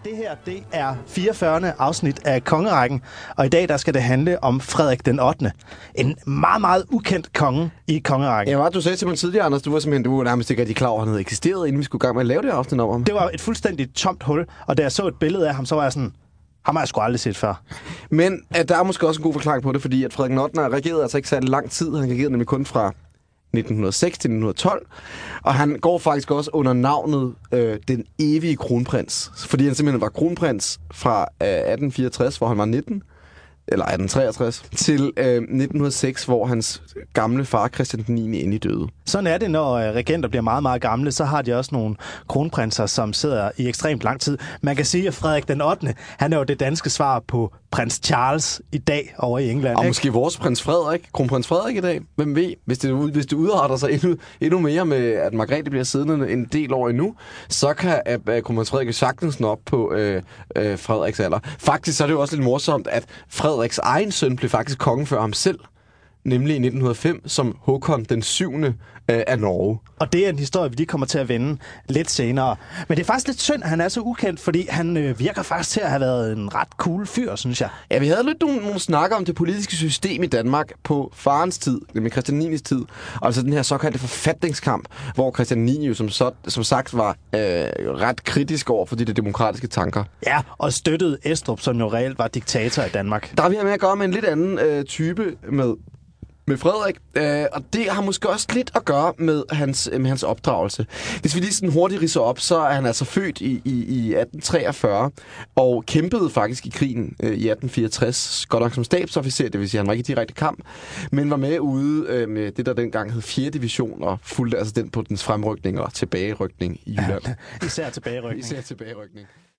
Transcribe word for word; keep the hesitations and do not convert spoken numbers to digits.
Det her, det er fireogfyrrende afsnit af Kongerækken, og i dag der skal det handle om Frederik den ottende. En meget, meget ukendt konge i Kongerækken. Ja, hvad du sagde til mig tidligere, Anders, du var simpelthen du var nærmest ikke rigtig klar over, at han havde eksisteret, inden vi skulle i gang med at lave det afsnit om ham. Det var et fuldstændig tomt hul, og da jeg så et billede af ham, så var jeg sådan, ham har jeg sgu aldrig set før. Men at der er måske også en god forklaring på det, fordi at Frederik den ottende regerede altså ikke særlig lang tid. Han regerede nemlig kun fra nitten nul seks til nitten tolv, og han går faktisk også under navnet øh, den evige kronprins, fordi han simpelthen var kronprins fra øh, atten fireogtres, hvor han var nitten, eller atten treogtres, til øh, nitten nul seks, hvor hans gamle far Christian den niende endelig døde. Sådan er det, når øh, regenter bliver meget, meget gamle, så har de også nogle kronprinser, som sidder i ekstremt lang tid. Man kan sige, at Frederik den ottende, han er jo det danske svar på prins Charles i dag over i England. Og ikke? måske vores prins Frederik, kronprins Frederik i dag. Hvem ved, hvis det, hvis det udarter sig endnu, endnu mere med, at Margrethe bliver siddende en del år endnu, så kan uh, kronprins Frederik sagtens nå op på uh, uh, Frederiks alder. Faktisk så er det jo også lidt morsomt, at Frederiks egen søn blev faktisk konge før ham selv, nemlig i nitten nul fem, som Håkon den syvende af Norge. Og det er en historie, vi lige kommer til at vende lidt senere. Men det er faktisk lidt synd, at han er så ukendt, fordi han øh, virker faktisk til at have været en ret cool fyr, synes jeg. Ja, vi havde lidt nogle, nogle snakker om det politiske system i Danmark på farens tid, nemlig Christian den niendes tid. Altså den her såkaldte forfatningskamp, hvor Christian den niende jo som, så, som sagt var øh, ret kritisk over for de der demokratiske tanker. Ja, og støttede Estrup, som jo reelt var diktator i Danmark. Der er vi her med at gøre med en lidt anden øh, type med... med Frederik, øh, og det har måske også lidt at gøre med hans, med hans opdragelse. Hvis vi lige sådan hurtigt ridser op, så er han altså født i, i, i atten treogfyrre, og kæmpede faktisk i krigen øh, i atten fireogtres, godt nok som stabsofficer, det vil sige, han var ikke i direkte kamp, men var med ude øh, med det, der dengang hed fjerde division, og fulgte altså den på dens fremrykning og tilbagerykning i Jylland. Ja, især tilbagerykning. Især tilbagerykning.